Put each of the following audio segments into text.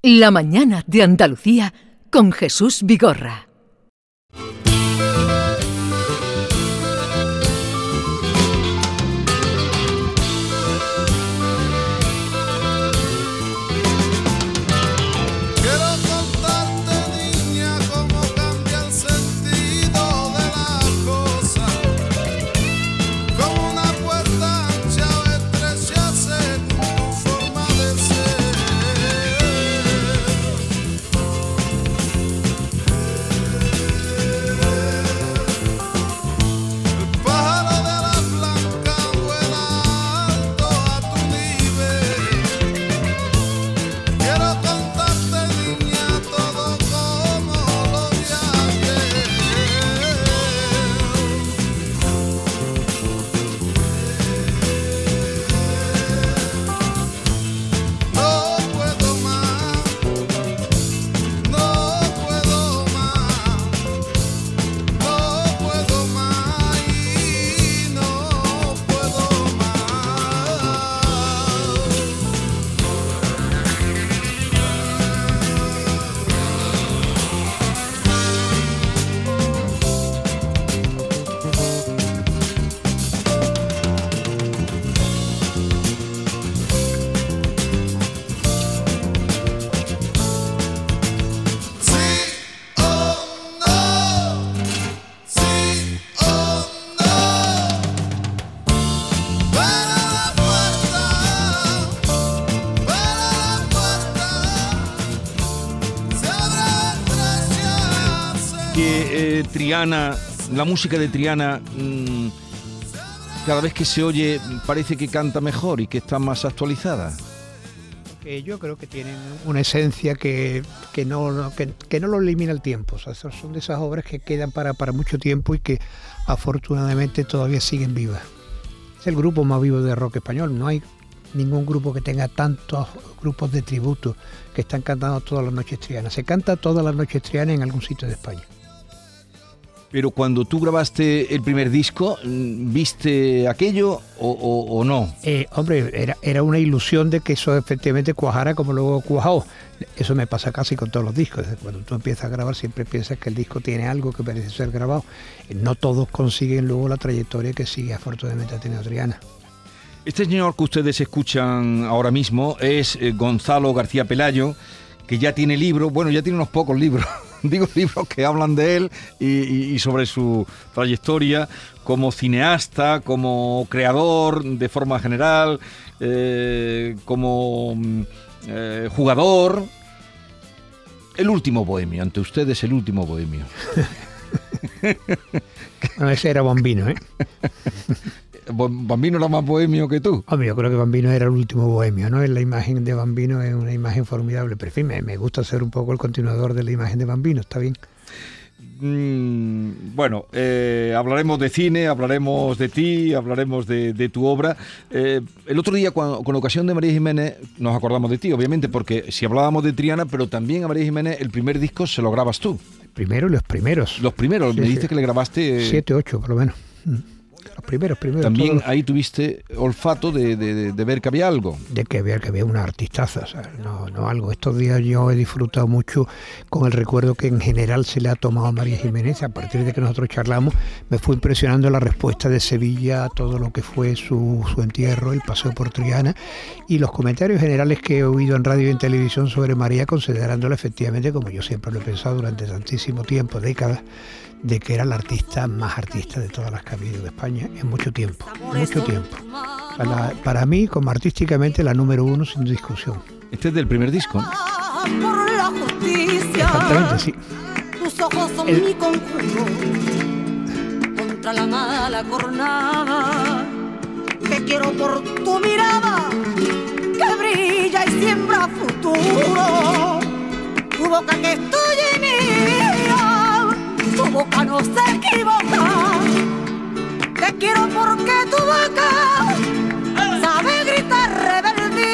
La mañana de Andalucía con Jesús Vigorra. Triana, la música de Triana, cada vez que se oye parece que canta mejor y que está más actualizada. Yo creo que tienen una esencia que no lo elimina el tiempo. O sea, son de esas obras que quedan para mucho tiempo y que afortunadamente todavía siguen vivas. Es el grupo más vivo de rock español. No hay ningún grupo que tenga tantos grupos de tributo que están cantando todas las noches trianas. Se canta todas las noches trianas en algún sitio de España. Pero cuando tú grabaste el primer disco, ¿viste aquello o no? Hombre, era una ilusión de que eso efectivamente cuajara como luego cuajó. Eso me pasa casi con todos los discos. Cuando tú empiezas a grabar siempre piensas que el disco tiene algo que merece ser grabado. No todos consiguen luego la trayectoria que sigue afortunadamente ha tenido Triana. Este señor que ustedes escuchan ahora mismo es Gonzalo García Pelayo, que ya tiene libros, bueno, ya tiene unos pocos libros. Digo, libros que hablan de él y sobre su trayectoria como cineasta, como creador de forma general, como jugador. El último bohemio, ante ustedes el último bohemio. Bueno, ese era Bambino, ¿eh? ¿Bambino era más bohemio que tú? Hombre, yo creo que Bambino era el último bohemio, ¿no? La imagen de Bambino es una imagen formidable, pero en fin, me gusta ser un poco el continuador de la imagen de Bambino, está bien. Bueno, hablaremos de cine, hablaremos de ti, hablaremos de tu obra. El otro día, con ocasión de María Jiménez, nos acordamos de ti, obviamente, porque si hablábamos de Triana, pero también a María Jiménez, el primer disco se lo grabas tú. El primero y los primeros. Los primeros, sí, me dices que le grabaste... 7, 8 por lo menos. Los primeros. También ahí tuviste olfato de ver que había algo. De que había una artistaza, ¿sabes? No algo. Estos días yo he disfrutado mucho con el recuerdo que en general se le ha tomado a María Jiménez. A partir de que nosotros charlamos, me fue impresionando la respuesta de Sevilla a todo lo que fue su entierro, el paseo por Triana, y los comentarios generales que he oído en radio y en televisión sobre María, considerándola efectivamente, como yo siempre lo he pensado durante tantísimo tiempo, décadas, de que era la artista más artista de todas las que ha habido de España en mucho tiempo. Para mí, como artísticamente, la número uno sin discusión. Este es del primer disco, ¿no? Por la justicia. Exactamente, sí. Tus ojos son mi conjuro contra la mala jornada. Te quiero por tu mirada que brilla y siembra futuro. Tu boca que es tuya y mía, tu boca no se equivoca. Te quiero porque tu boca sabe gritar rebeldía.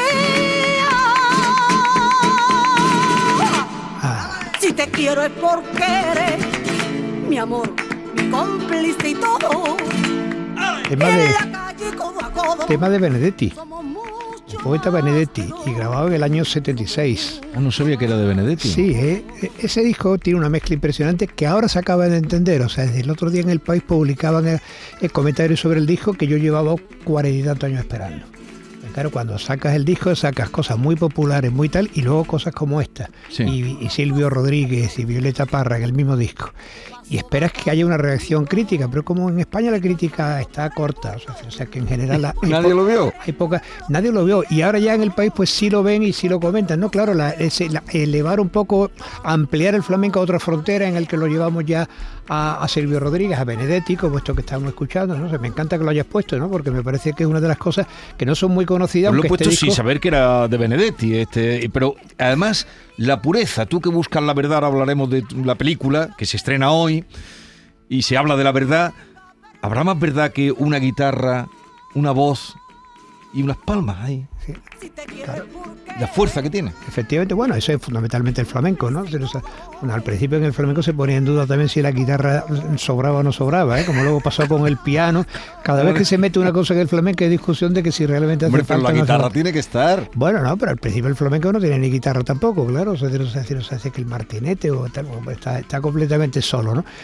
Si te quiero es porque eres mi amor, mi cómplice y todo. Tema de Benedetti. poeta Benedetti, y grabado en el año 76. Ah, no sabía que era de Benedetti. Sí, ese disco tiene una mezcla impresionante que ahora se acaba de entender. O sea, desde el otro día en El País publicaban el comentario sobre el disco que yo llevaba 40 y tantos años esperando. Claro, cuando sacas el disco, sacas cosas muy populares, muy tal, y luego cosas como esta. Sí. Y Silvio Rodríguez y Violeta Parra en el mismo disco. Y esperas que haya una reacción crítica, pero como en España la crítica está corta, o sea que en general nadie lo vio. Nadie lo vio, y ahora ya en el país pues sí lo ven y sí lo comentan, ¿no? Claro, elevar un poco, ampliar el flamenco a otra frontera en el que lo llevamos ya a Silvio Rodríguez, a Benedetti, como esto que estamos escuchando, ¿no? O sea, me encanta que lo hayas puesto, ¿no? Porque me parece que es una de las cosas que no son muy conocidas. Pues lo he puesto sin saber que era de Benedetti, pero además la pureza, tú que buscas la verdad, ahora hablaremos de la película que se estrena hoy y se habla de la verdad. ¿Habrá más verdad que una guitarra, una voz y unas palmas ahí? Sí. Claro. La fuerza que tiene. Efectivamente, bueno, eso es fundamentalmente el flamenco, ¿no? O sea, al principio en el flamenco se ponía en duda también si la guitarra sobraba o no sobraba, ¿eh? Como luego pasó con el piano. Cada vez que se mete una cosa en el flamenco hay discusión de que si realmente hace Hombre, falta. pero la guitarra tiene que estar. Bueno, no, pero al principio el flamenco no tiene ni guitarra tampoco, claro. O sea, se hace que el martinete o tal, está completamente solo, ¿no?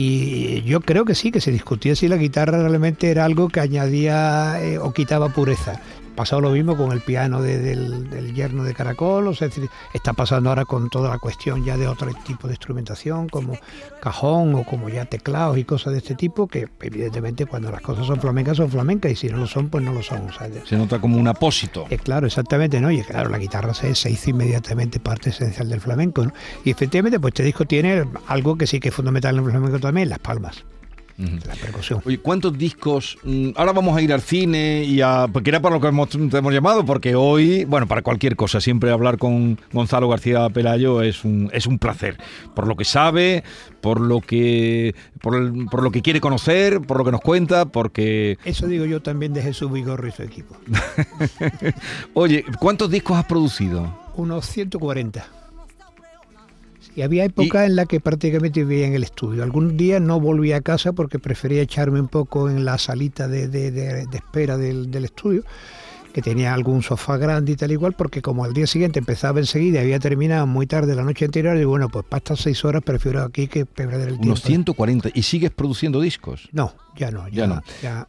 Y yo creo que sí, que se discutía si la guitarra realmente era algo que añadía o quitaba pureza. Pasado lo mismo con el piano del yerno de Caracol, o sea, es decir, está pasando ahora con toda la cuestión ya de otro tipo de instrumentación, como cajón o como ya teclados y cosas de este tipo, que evidentemente cuando las cosas son flamencas, y si no lo son, pues no lo son. O sea, se nota como un apósito. Claro, exactamente, ¿no? Y claro, la guitarra se hizo inmediatamente parte esencial del flamenco, ¿no? Y efectivamente, pues este disco tiene algo que sí que es fundamental en el flamenco también, las palmas. La percusión. Oye, ¿cuántos discos? Ahora vamos a ir al cine porque era para lo que te hemos llamado, porque hoy, bueno, para cualquier cosa, siempre hablar con Gonzalo García Pelayo es un placer, por lo que sabe, por lo que quiere conocer, por lo que nos cuenta, porque... Eso digo yo también de Jesús Vigorra y su equipo. Oye, ¿cuántos discos has producido? Unos 140. Y había épocas en la que prácticamente vivía en el estudio. Algún día no volví a casa porque prefería echarme un poco en la salita de espera del estudio, que tenía algún sofá grande y tal igual, porque como al día siguiente empezaba enseguida y había terminado muy tarde la noche anterior, digo, bueno, pues para estas 6 horas prefiero aquí que perder el tiempo. Unos 140. ¿Y sigues produciendo discos? No, ya no. La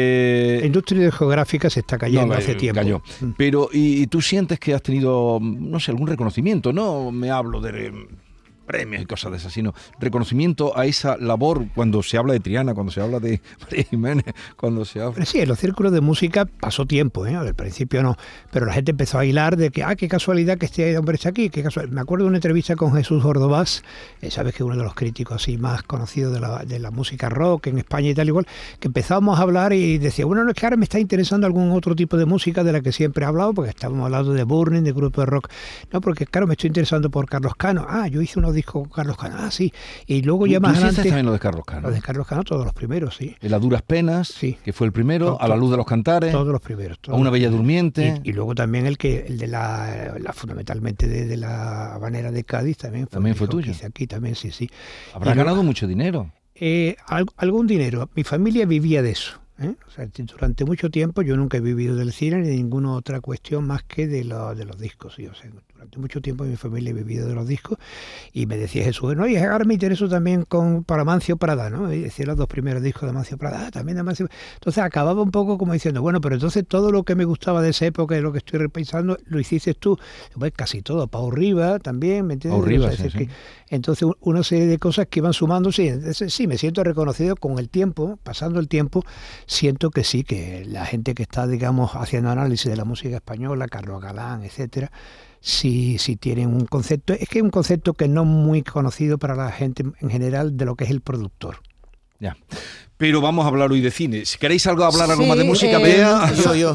industria geográfica se está cayendo hace tiempo. Cayó. Pero, ¿y tú sientes que has tenido, no sé, algún reconocimiento? No me hablo de premios y cosas de esas, sino reconocimiento a esa labor cuando se habla de Triana, cuando se habla de María Jiménez, cuando se habla... Sí, en los círculos de música pasó tiempo, al principio no, pero la gente empezó a hilar de que, qué casualidad que este hombre está aquí, qué casualidad. Me acuerdo de una entrevista con Jesús Ordovás, sabes que es uno de los críticos así más conocidos de la música rock en España y tal igual, que empezábamos a hablar y decía, bueno, no es que ahora me está interesando algún otro tipo de música de la que siempre he hablado, porque estábamos hablando de Burning, de grupo de rock, no, porque claro, me estoy interesando por Carlos Cano, yo hice unos disco con Carlos Cano, sí, y luego ya más adelante... ¿Tú también lo de Carlos Cano? Lo de Carlos Cano, todos los primeros, sí. En Las duras penas, sí, que fue el primero, A la luz de los cantares... Todos los primeros. A una bella durmiente... Y luego también el de la fundamentalmente de la Habanera de Cádiz, también fue tuyo. Que hice aquí también, sí. ¿Habrás ganado mucho dinero? Algún dinero. Mi familia vivía de eso. O sea, durante mucho tiempo yo nunca he vivido del cine ni de ninguna otra cuestión más que de los discos. ¿Sí? O sea, durante mucho tiempo mi familia ha vivido de los discos y me decía Jesús, no, y ahora me intereso también para Amancio Prada, ¿no? Y decía los 2 primeros discos de Amancio Prada, también de Amancio. Entonces acababa un poco como diciendo, bueno, pero entonces todo lo que me gustaba de esa época y lo que estoy repensando, lo hiciste tú. Pues casi todo, Pau Riba también, ¿me entiendes? Pau Riba, sí. Entonces una serie de cosas que iban sumando, sí, me siento reconocido con el tiempo, pasando el tiempo, siento que sí, que la gente que está, digamos, haciendo análisis de la música española, Carlos Galán, etcétera, sí tienen un concepto, es que es un concepto que no es muy conocido para la gente en general de lo que es el productor. Ya. Pero vamos a hablar hoy de cine. Si queréis algo más de música, vea. Yo.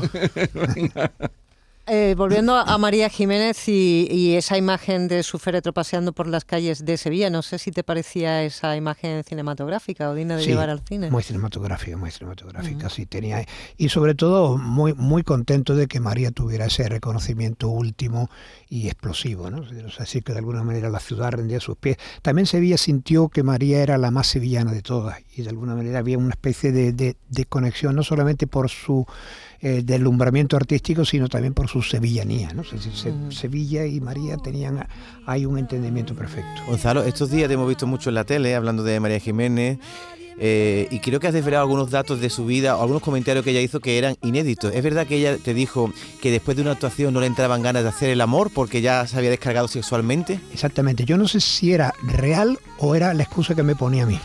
Volviendo a María Jiménez y esa imagen de su féretro paseando por las calles de Sevilla, no sé si te parecía esa imagen cinematográfica o digna de llevar al cine. Muy cinematográfica, sí tenía. Y sobre todo muy, muy contento de que María tuviera ese reconocimiento último y explosivo, ¿no? Así que de alguna manera la ciudad rendía a sus pies. También Sevilla sintió que María era la más sevillana de todas y de alguna manera había una especie de conexión, no solamente por su deslumbramiento artístico, sino también por su sevillanía, ¿no? Es decir, Sevilla y María tenían ahí un entendimiento perfecto. Gonzalo, estos días te hemos visto mucho en la tele hablando de María Jiménez. Y creo que has desvelado algunos datos de su vida o algunos comentarios que ella hizo que eran inéditos. ¿Es verdad que ella te dijo que después de una actuación no le entraban ganas de hacer el amor porque ya se había descargado sexualmente? Exactamente. Yo no sé si era real o era la excusa que me ponía a mí.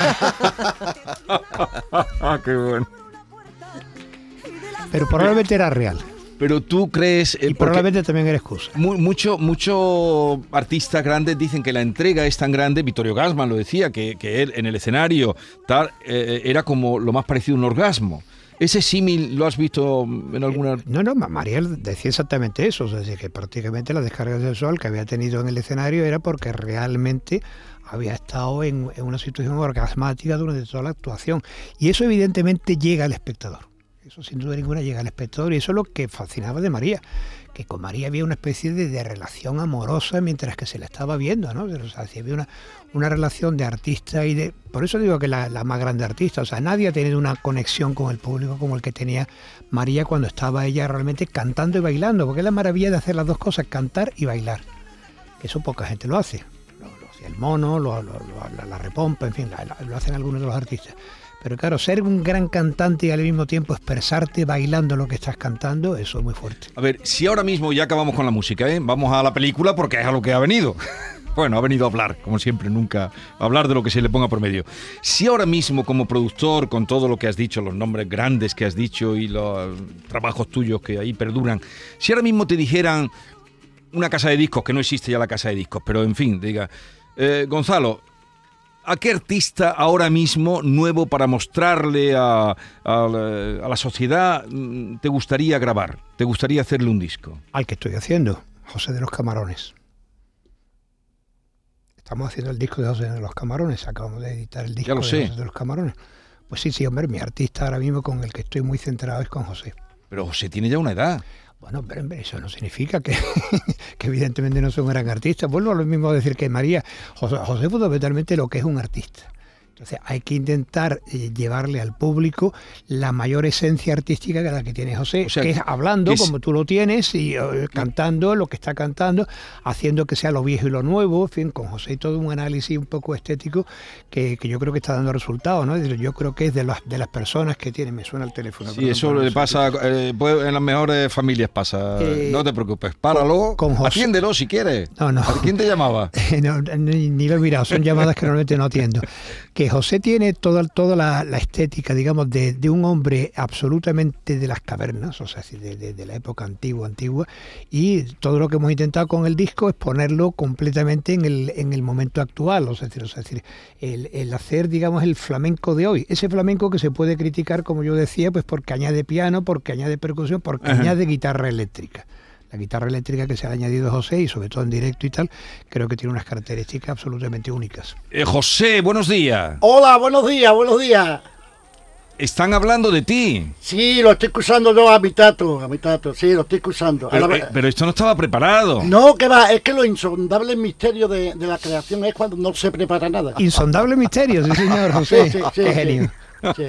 ¡Qué bueno! Pero probablemente era real. Pero tú crees... y probablemente también era excusa. Muchos artistas grandes dicen que la entrega es tan grande. Vittorio Gassman lo decía, que él en el escenario tal era como lo más parecido a un orgasmo. ¿Ese símil lo has visto en alguna...? No, Mariel decía exactamente eso. O sea, que prácticamente la descarga sexual que había tenido en el escenario era porque realmente había estado en una situación orgasmática durante toda la actuación. Y eso evidentemente llega al espectador. Eso sin duda ninguna llega al espectador, y eso es lo que fascinaba de María, que con María había una especie de relación amorosa mientras que se la estaba viendo, ¿no? O sea, había una relación de artista y de... Por eso digo que la más grande artista, o sea, nadie ha tenido una conexión con el público como el que tenía María cuando estaba ella realmente cantando y bailando, porque es la maravilla de hacer las dos cosas, cantar y bailar. Eso poca gente lo hace. Lo hacía el Mono, la Repompa, en fin, lo hacen algunos de los artistas. Pero claro, ser un gran cantante y al mismo tiempo expresarte bailando lo que estás cantando, eso es muy fuerte. A ver, si ahora mismo ya acabamos con la música, vamos a la película porque es a lo que ha venido. Bueno, ha venido a hablar, como siempre, nunca a hablar de lo que se le ponga por medio. Si ahora mismo como productor, con todo lo que has dicho, los nombres grandes que has dicho y los trabajos tuyos que ahí perduran, si ahora mismo te dijeran una casa de discos, que no existe ya la casa de discos, pero en fin, diga, Gonzalo, ¿a qué artista ahora mismo, nuevo para mostrarle a la sociedad, te gustaría grabar? ¿Te gustaría hacerle un disco? Al que estoy haciendo, José de los Camarones. Estamos haciendo el disco de José de los Camarones, acabamos de editar el disco de José de los Camarones. Pues sí, hombre, mi artista ahora mismo con el que estoy muy centrado es con José. Pero José tiene ya una edad. Bueno, pero eso no significa que evidentemente no sea un gran artista. Vuelvo a lo mismo a decir que María. José fue fundamentalmente lo que es un artista. Entonces hay que intentar llevarle al público la mayor esencia artística que la que tiene José, o sea, que es hablando como tú lo tienes y cantando lo que está cantando, haciendo que sea lo viejo y lo nuevo, en fin, con José todo un análisis un poco estético que yo creo que está dando resultados, ¿no? Yo creo que es de las personas que tienen, me suena el teléfono. Sí, eso le pasa, en las mejores familias pasa, no te preocupes, páralo, atiéndelo si quieres. No. ¿Quién te llamaba? Ni lo he mirado, son llamadas que normalmente no atiendo. Que José tiene toda la estética, digamos, de un hombre absolutamente de las cavernas, o sea, de la época antigua, y todo lo que hemos intentado con el disco es ponerlo completamente en el momento actual, o sea, el hacer, digamos, el flamenco de hoy, ese flamenco que se puede criticar, como yo decía, pues porque añade piano, porque añade percusión, porque añade guitarra eléctrica. La guitarra eléctrica que se ha añadido a José, y sobre todo en directo y tal, creo que tiene unas características absolutamente únicas. José, buenos días. Hola, buenos días. Están hablando de ti. Sí, lo estoy escuchando yo a mi tato, sí, lo estoy escuchando. Pero esto no estaba preparado. No, que va, es que lo insondable misterio de la creación es cuando no se prepara nada. Insondable misterio, sí señor, José. Sí, qué genio. Sí.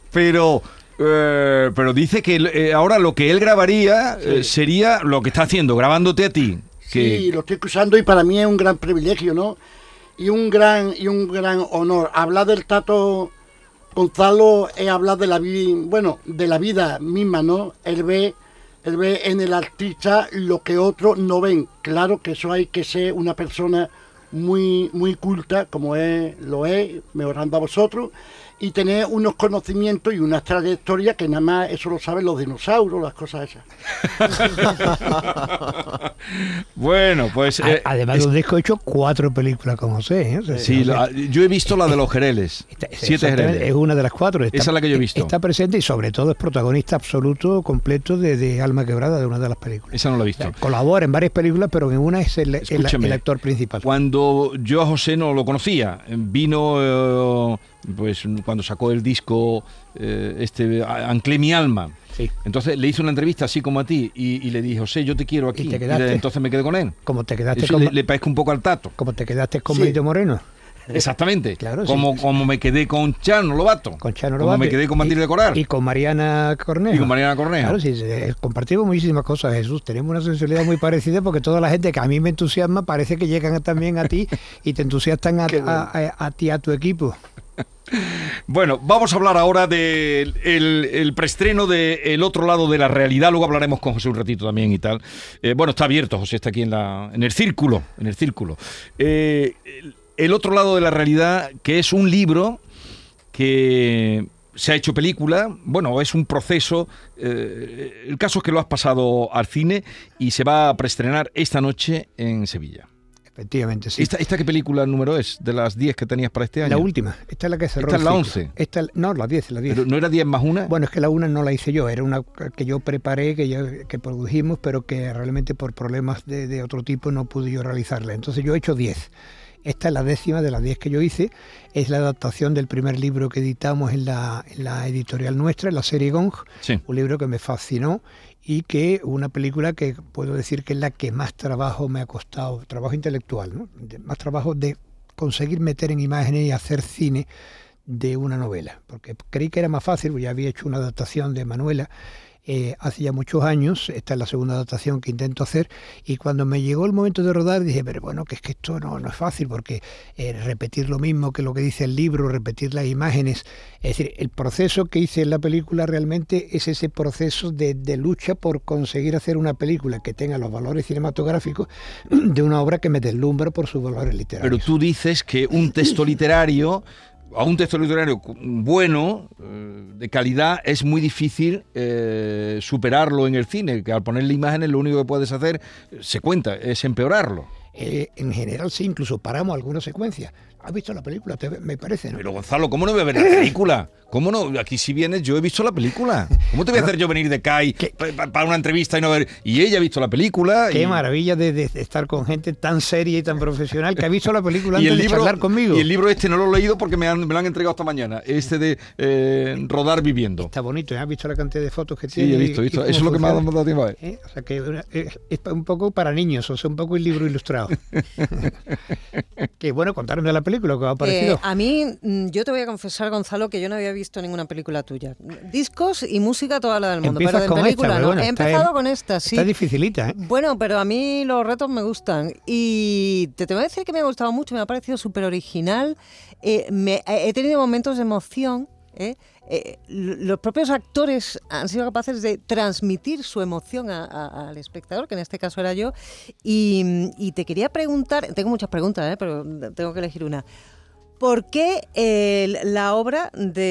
Pero dice que ahora lo que él grabaría sería lo que está haciendo, grabándote a ti. Sí, lo estoy escuchando y para mí es un gran privilegio, ¿no? Y un gran honor. Hablar del Tato Gonzalo es hablar de la vida misma, ¿no? Él ve en el artista lo que otros no ven. Claro que eso hay que ser una persona muy, muy culta, como lo es, mejorando a vosotros, y tener unos conocimientos y una trayectoria que nada más eso lo saben los dinosaurios, las cosas esas. Bueno, pues... además de un disco, he hecho 4 películas con José. Sí, yo he visto la de los Jereles, 7 Jereles. Es una de las 4. Esa es la que yo he visto. Está presente y sobre todo es protagonista absoluto, completo de Alma Quebrada, de una de las películas. Esa no la he visto. Colabora en varias películas, pero en una es el actor principal. Cuando yo a José no lo conocía, vino... pues cuando sacó el disco Anclé mi alma, sí. Entonces le hice una entrevista así como a ti y le dije, José, yo te quiero aquí, y entonces me quedé con él. Como te quedaste le parezco un poco al Tato. Como te quedaste con Benito Moreno. Exactamente. Claro, como me quedé con Chano Lobato. Con Chano Como Lobato. me quedé con Matilde Coral. Y con Mariana Cornejo. Y con Mariana Cornejo. Claro, sí, compartimos muchísimas cosas, Jesús. Tenemos una sensibilidad muy parecida porque toda la gente que a mí me entusiasma parece que llegan también a ti y te entusiastan a ti, a tu equipo. Bueno, vamos a hablar ahora del el preestreno de El otro lado de la realidad. Luego hablaremos con José un ratito también y tal. Bueno, está abierto, José está aquí en el círculo. El otro lado de la realidad, que es un libro que se ha hecho película. Bueno, es un proceso. El caso es que lo has pasado al cine y se va a preestrenar esta noche en Sevilla. Efectivamente, sí. ¿Esta qué película número es? De las 10 que tenías para este año. La última. Esta es la que cerró. ¿Esta es la 11? No, la 10, la 10. ¿Pero no era 10 más una? Bueno, es que la una no la hice yo, era una que yo preparé, que produjimos, pero que realmente por problemas de otro tipo no pude yo realizarla. Entonces yo he hecho 10. Esta es la 10ª de las 10 que yo hice. Es la adaptación del primer libro que editamos en la editorial nuestra, en la serie Gong. Sí. Un libro que me fascinó y que una película que puedo decir que es la que más trabajo me ha costado, trabajo intelectual, ¿no? Más trabajo de conseguir meter en imágenes y hacer cine de una novela. Porque creí que era más fácil, porque ya había hecho una adaptación de Manuela hace ya muchos años. Esta es la segunda adaptación que intento hacer, y cuando me llegó el momento de rodar dije, pero bueno, que es que esto no es fácil, porque repetir lo mismo que lo que dice el libro, repetir las imágenes, es decir, el proceso que hice en la película realmente es ese proceso de lucha por conseguir hacer una película que tenga los valores cinematográficos de una obra que me deslumbra por sus valores literarios. Pero tú dices que un texto literario bueno, de calidad, es muy difícil superarlo en el cine, que al ponerle imágenes lo único que puedes hacer, se cuenta, es empeorarlo. En general sí, incluso paramos algunas secuencias. ¿Has visto la película? Me parece, ¿no? Pero Gonzalo, ¿cómo no voy a ver la película? ¿Cómo no? Aquí si vienes, yo he visto la película. ¿Cómo te voy a hacer yo venir de CAI para una entrevista y no ver? Y ella ha visto la película. Qué maravilla de estar con gente tan seria y tan profesional que ha visto la película antes de charlar conmigo. Y el libro este no lo he leído porque me lo han entregado esta mañana. Este de Rodar Viviendo. Está bonito, ¿eh? ¿Has visto la cantidad de fotos que tiene? Sí, he visto. Eso es lo que me ha dado tiempo a ver. O sea que es un poco para niños, o sea, un poco el libro ilustrado. Que bueno, contarme de la película, ¿qué os ha parecido? A mí, yo te voy a confesar, Gonzalo, que yo no había visto ninguna película tuya. Discos y música toda la del mundo. Empiezas pero de con película esta, no. bueno, He empezado con esta, sí. Está dificilita, ¿eh? Bueno, pero a mí los retos me gustan. Y te voy a decir que me ha gustado mucho, me ha parecido súper original. He tenido momentos de emoción, los propios actores han sido capaces de transmitir su emoción al espectador, que en este caso era yo, y te quería preguntar, tengo muchas preguntas, pero tengo que elegir una. ¿Por qué la obra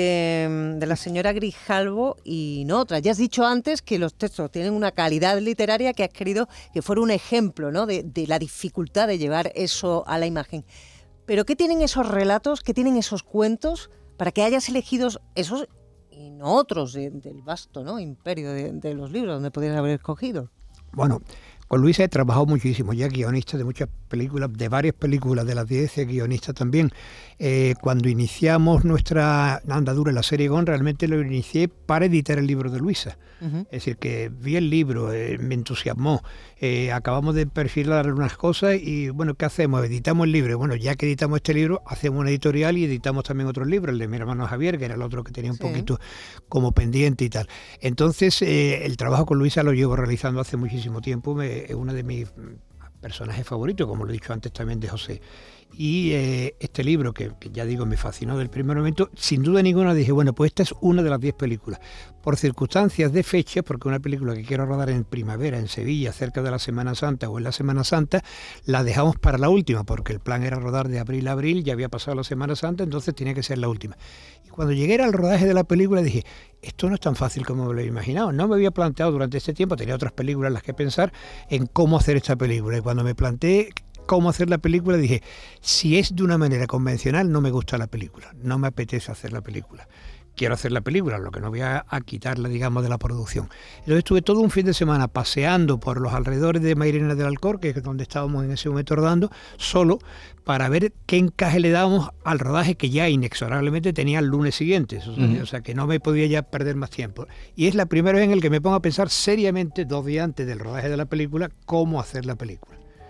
de la señora Grijalbo y no otra? Ya has dicho antes que los textos tienen una calidad literaria que has querido que fuera un ejemplo, ¿no? de la dificultad de llevar eso a la imagen. ¿Pero qué tienen esos relatos, qué tienen esos cuentos para que hayas elegido esos y no otros del vasto, ¿no? imperio de los libros donde podrías haber escogido? Bueno, con Luisa he trabajado muchísimo, ya guionista de muchas películas, de varias películas, de las 10, guionista también. Cuando iniciamos nuestra andadura en la serie GON, realmente lo inicié para editar el libro de Luisa. Uh-huh. Es decir, que vi el libro, me entusiasmó, acabamos de perfilar unas cosas y, bueno, ¿qué hacemos? Editamos el libro. Bueno, ya que editamos este libro, hacemos una editorial y editamos también otros libros, el de mi hermano Javier, que era el otro que tenía un poquito como pendiente y tal. Entonces, el trabajo con Luisa lo llevo realizando hace muchísimo tiempo, es uno de mis personajes favoritos, como lo he dicho antes también de José. Y este libro, que ya digo, me fascinó del primer momento, sin duda ninguna dije, bueno, pues esta es una de las 10 películas. Por circunstancias de fecha, porque una película que quiero rodar en primavera, en Sevilla, cerca de la Semana Santa o en la Semana Santa, la dejamos para la última, porque el plan era rodar de abril a abril, ya había pasado la Semana Santa, entonces tenía que ser la última. Y cuando llegué al rodaje de la película dije, esto no es tan fácil como me lo he imaginado. No me había planteado durante este tiempo, tenía otras películas en las que pensar en cómo hacer esta película. Y cuando me planteé cómo hacer la película, dije, si es de una manera convencional, no me gusta la película, no me apetece hacer la película. Quiero hacer la película, lo que no voy a quitarla, digamos, de la producción. Entonces estuve todo un fin de semana paseando por los alrededores de Mairena del Alcor, que es donde estábamos en ese momento rodando, solo para ver qué encaje le dábamos al rodaje que ya inexorablemente tenía el lunes siguiente. O sea, que no me podía ya perder más tiempo. Y es la primera vez en la que me pongo a pensar seriamente, 2 días antes del rodaje de la película, cómo hacer la película.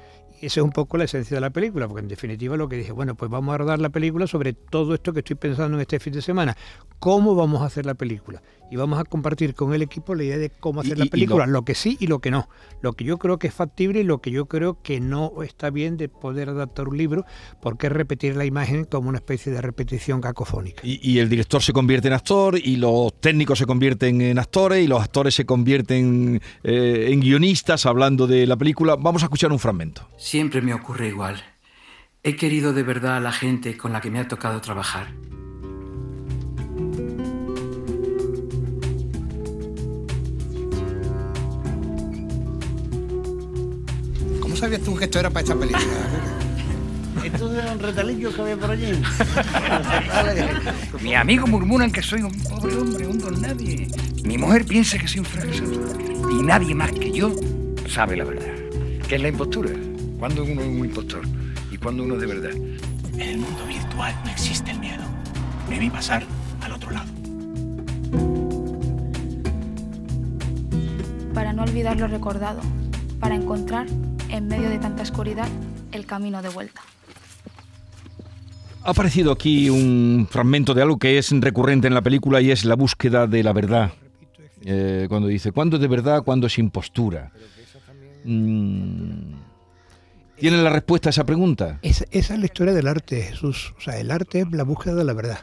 Esa es un poco la esencia de la película, porque en definitiva lo que dije, bueno, pues vamos a rodar la película sobre todo esto que estoy pensando en este fin de semana. ¿Cómo vamos a hacer la película? Y vamos a compartir con el equipo la idea de cómo hacer la película, lo que sí y lo que no. Lo que yo creo que es factible y lo que yo creo que no está bien de poder adaptar un libro, porque es repetir la imagen como una especie de repetición cacofónica. Y el director se convierte en actor, y los técnicos se convierten en actores, y los actores se convierten en guionistas hablando de la película. Vamos a escuchar un fragmento. Siempre me ocurre igual. He querido de verdad a la gente con la que me ha tocado trabajar. ¿Cómo sabías tú que esto era para esta película? Estos eran retalillos que había por allí. Mis amigos murmuran que soy un pobre hombre, un don nadie. Mi mujer piensa que soy un fracasado. Y nadie más que yo sabe la verdad. ¿Qué es la impostura? ¿Cuándo uno es un impostor? ¿Y cuándo uno es de verdad? En el mundo virtual no existe el miedo. Me vi pasar al otro lado. Para no olvidar lo recordado, para encontrar, en medio de tanta oscuridad, el camino de vuelta. Ha aparecido aquí un fragmento de algo que es recurrente en la película, y es la búsqueda de la verdad. Cuando dice, ¿cuándo es de verdad, cuándo es impostura? ¿Tienen la respuesta a esa pregunta? Esa es la historia del arte, Jesús. O sea, el arte es la búsqueda de la verdad.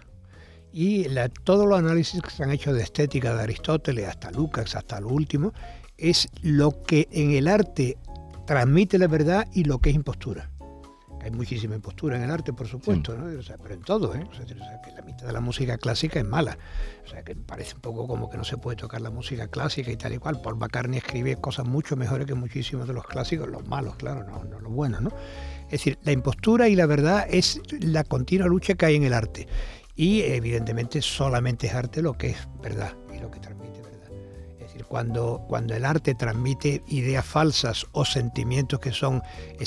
Y todos los análisis que se han hecho de estética, de Aristóteles, hasta Lucas, hasta lo último, es lo que en el arte transmite la verdad y lo que es impostura. Hay muchísima impostura en el arte, por supuesto, ¿no? O sea, pero en todo, ¿eh? O sea, que la mitad de la música clásica es mala. O sea, que parece un poco como que no se puede tocar la música clásica y tal y cual. Paul McCartney escribe cosas mucho mejores que muchísimos de los clásicos, los malos, claro, no los buenos, ¿no? Es decir, la impostura y la verdad es la continua lucha que hay en el arte. Y evidentemente solamente es arte lo que es verdad y lo que transmite verdad. Es decir, cuando el arte transmite ideas falsas o sentimientos que son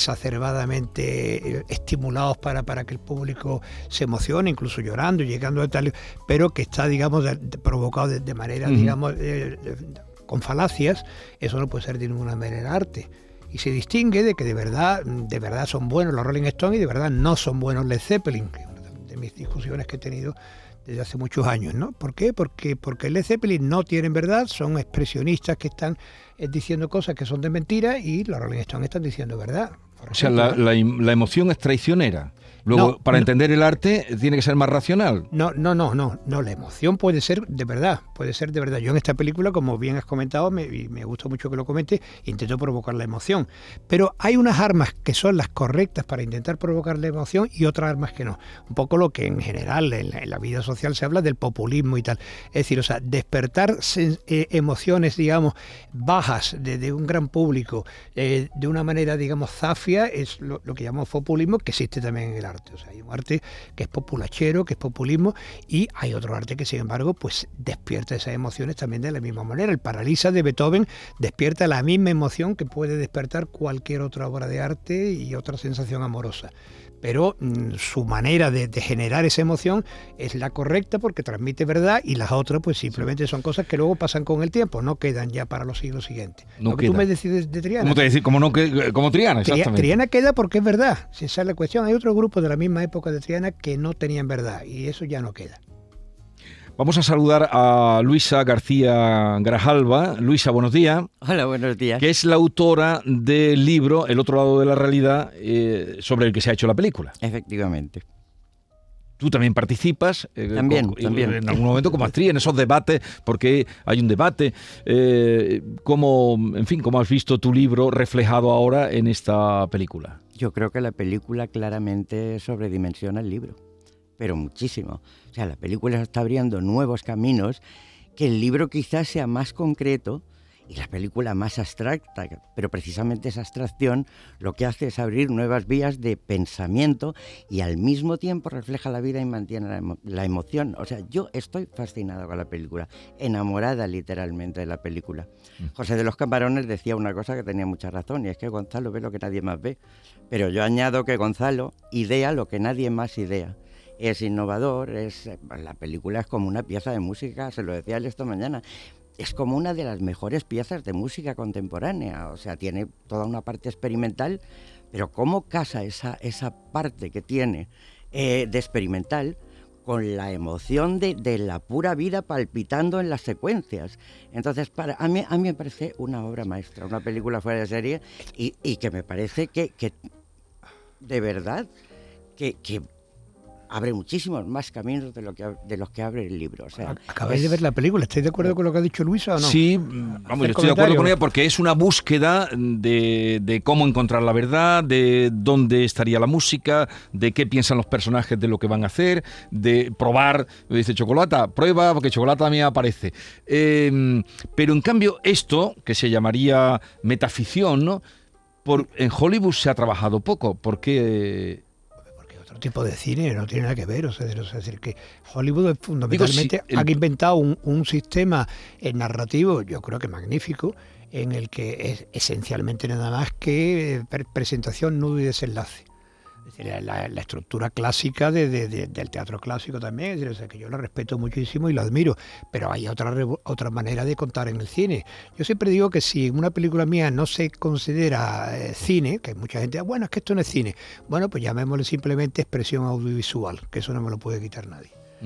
exacerbadamente estimulados para que el público se emocione, incluso llorando y llegando a tal, pero que está, digamos, provocado de manera, digamos, con falacias, eso no puede ser de ninguna manera arte. Y se distingue de que de verdad son buenos los Rolling Stones y de verdad no son buenos Led Zeppelin, que es una de mis discusiones que he tenido desde hace muchos años, ¿no? ¿Por qué? Porque Led Zeppelin no tienen verdad, son expresionistas que están diciendo cosas que son de mentira, y los Rolling Stones están diciendo verdad. O sea, la emoción es traicionera. Luego, para entender el arte, tiene que ser más racional. No, la emoción puede ser de verdad, Yo en esta película, como bien has comentado, y me gusta mucho que lo comentes, intento provocar la emoción. Pero hay unas armas que son las correctas para intentar provocar la emoción y otras armas que no. Un poco lo que en general en la vida social se habla del populismo y tal. Es decir, o sea, despertar emociones, digamos, bajas de un gran público de una manera, digamos, zafia, es lo que llamamos populismo, que existe también en el arte. O sea, hay un arte que es populachero, que es populismo, y hay otro arte que, sin embargo, pues despierta esas emociones también de la misma manera. El Paralisa de Beethoven despierta la misma emoción que puede despertar cualquier otra obra de arte y otra sensación amorosa. Pero su manera de generar esa emoción es la correcta porque transmite verdad, y las otras pues simplemente son cosas que luego pasan con el tiempo, no quedan ya para los siglos siguientes. Lo que tú me decides de Triana. ¿Cómo te decir? Como Triana, exactamente. Triana queda porque es verdad, si esa es la cuestión. Hay otros grupos de la misma época de Triana que no tenían verdad, y eso ya no queda. Vamos a saludar a Luisa García Grajalva. Luisa, buenos días. Hola, buenos días. Que es la autora del libro El otro lado de la realidad, sobre el que se ha hecho la película. Efectivamente. Tú también participas también. En algún momento como actriz en esos debates, porque hay un debate. ¿Cómo has visto tu libro reflejado ahora en esta película? Yo creo que la película claramente sobredimensiona el libro, pero muchísimo. O sea, la película está abriendo nuevos caminos, que el libro quizás sea más concreto y la película más abstracta, pero precisamente esa abstracción lo que hace es abrir nuevas vías de pensamiento y al mismo tiempo refleja la vida y mantiene la emoción. O sea, yo estoy fascinado con la película, enamorada literalmente de la película. José de los Camarones decía una cosa que tenía mucha razón, y es que Gonzalo ve lo que nadie más ve. Pero yo añado que Gonzalo idea lo que nadie más idea. Es innovador, la película es como una pieza de música, se lo decía él esta mañana, es como una de las mejores piezas de música contemporánea, o sea, tiene toda una parte experimental, pero cómo casa esa parte que tiene de experimental con la emoción de la pura vida palpitando en las secuencias. Entonces, a mí me parece una obra maestra, una película fuera de serie, y que me parece que de verdad, que abre muchísimos más caminos de los que abre el libro. O sea, ¿acabáis de ver la película? ¿Estáis de acuerdo con lo que ha dicho Luisa o no? Sí, vamos, yo estoy de acuerdo con ella porque es una búsqueda de cómo encontrar la verdad, de dónde estaría la música, de qué piensan los personajes de lo que van a hacer, de probar. Dice Chocolata, prueba porque Chocolata también aparece. Pero en cambio esto, que se llamaría metaficción, ¿no? En Hollywood se ha trabajado poco. ¿Por qué? Tipo de cine no tiene nada que ver, o sea, es decir, que Hollywood fundamentalmente ha inventado un sistema narrativo, yo creo que magnífico, en el que es esencialmente nada más que presentación, nudo y desenlace. Es decir, la estructura clásica del teatro clásico también, es decir, o sea, que yo lo respeto muchísimo y lo admiro, pero hay otra manera de contar en el cine. Yo siempre digo que si una película mía no se considera cine, que hay mucha gente, bueno, es que esto no es cine, bueno, pues llamémosle simplemente expresión audiovisual, que eso no me lo puede quitar nadie.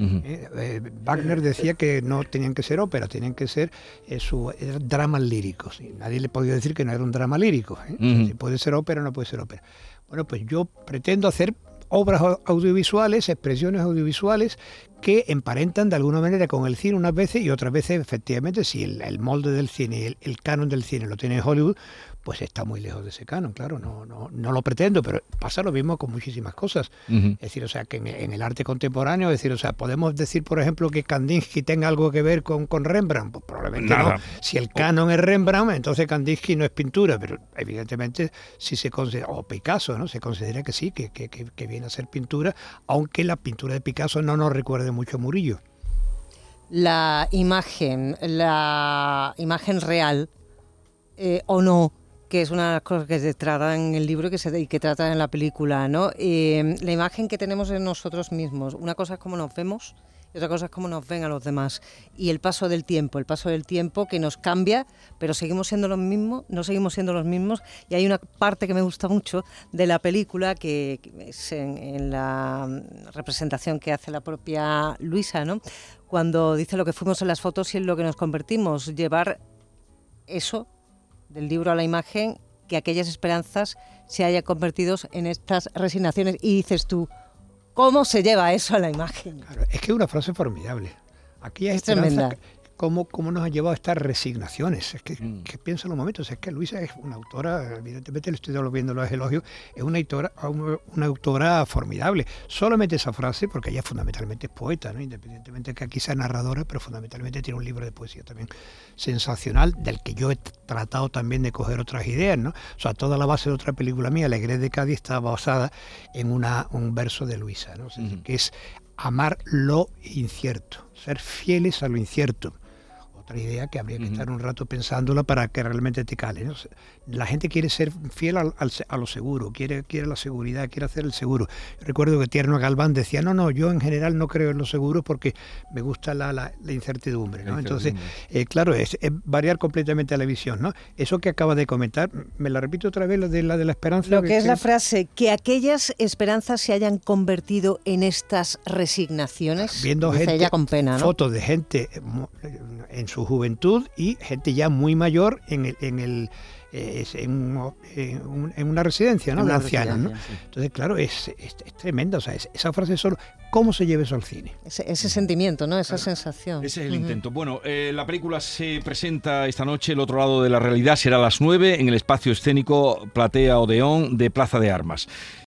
Wagner decía que no tenían que ser óperas, tenían que ser dramas líricos. Y nadie le podía decir que no era un drama lírico. O sea, si puede ser ópera o no puede ser ópera. Bueno, pues yo pretendo hacer obras audiovisuales, expresiones audiovisuales que emparentan de alguna manera con el cine unas veces y otras veces, efectivamente, si el molde del cine y el canon del cine lo tiene Hollywood, pues está muy lejos de ese canon, claro, no lo pretendo, pero pasa lo mismo con muchísimas cosas. Es decir, o sea, que en el arte contemporáneo, es decir, o sea, podemos decir, por ejemplo, que Kandinsky tenga algo que ver con Rembrandt, pues probablemente nada. No. Si el canon es Rembrandt, entonces Kandinsky no es pintura, pero evidentemente si se considera, o Picasso, ¿no? Se considera que sí, que viene a ser pintura, aunque la pintura de Picasso no nos recuerde mucho a Murillo. La imagen real o no, que es una de las cosas que se trata en el libro y que trata en la película, ¿no? La imagen que tenemos en nosotros mismos. Una cosa es cómo nos vemos y otra cosa es cómo nos ven a los demás. Y el paso del tiempo que nos cambia, pero seguimos siendo los mismos, no seguimos siendo los mismos. Y hay una parte que me gusta mucho de la película, que es en la representación que hace la propia Luisa, ¿no? Cuando dice lo que fuimos en las fotos y en lo que nos convertimos. Llevar eso del libro a la imagen, que aquellas esperanzas se hayan convertido en estas resignaciones. Y dices tú, ¿cómo se lleva eso a la imagen? Claro, es que es una frase formidable. Aquellas esperanzas, ¿cómo nos han llevado a estas resignaciones? Es que pienso en los momentos, es que Luisa es una autora, evidentemente le estoy viendo los elogios, es una autora formidable. Solamente esa frase, porque ella fundamentalmente es poeta, ¿no? Independientemente de que aquí sea narradora, pero fundamentalmente tiene un libro de poesía también sensacional, del que yo he tratado también de coger otras ideas, ¿no? O sea, toda la base de otra película mía, Alegre de Cádiz, está basada en un verso de Luisa, ¿no? O sea, que es amar lo incierto, ser fieles a lo incierto. Otra idea que habría que estar un rato pensándola para que realmente te cale, ¿no? La gente quiere ser fiel a lo seguro, quiere la seguridad, quiere hacer el seguro. Yo recuerdo que Tierno Galván decía, no, yo en general no creo en lo seguro porque me gusta la incertidumbre, ¿no? Entonces, claro, es variar completamente la visión, ¿no? Eso que acaba de comentar, me la repito otra vez, lo de la esperanza. Lo que es la frase, que aquellas esperanzas se hayan convertido en estas resignaciones, viendo dice gente, ella con pena, ¿no? Fotos de gente en su juventud y gente ya muy mayor en una residencia, ¿no? De ancianos, ¿no? Sí. Entonces, claro, es tremenda. O sea, esa frase solo, ¿cómo se lleva eso al cine? Ese sentimiento, ¿no? Esa sensación. Ese es el intento. Bueno, la película se presenta esta noche, El otro lado de la realidad, será a las 9 en el espacio escénico Platea Odeón de Plaza de Armas.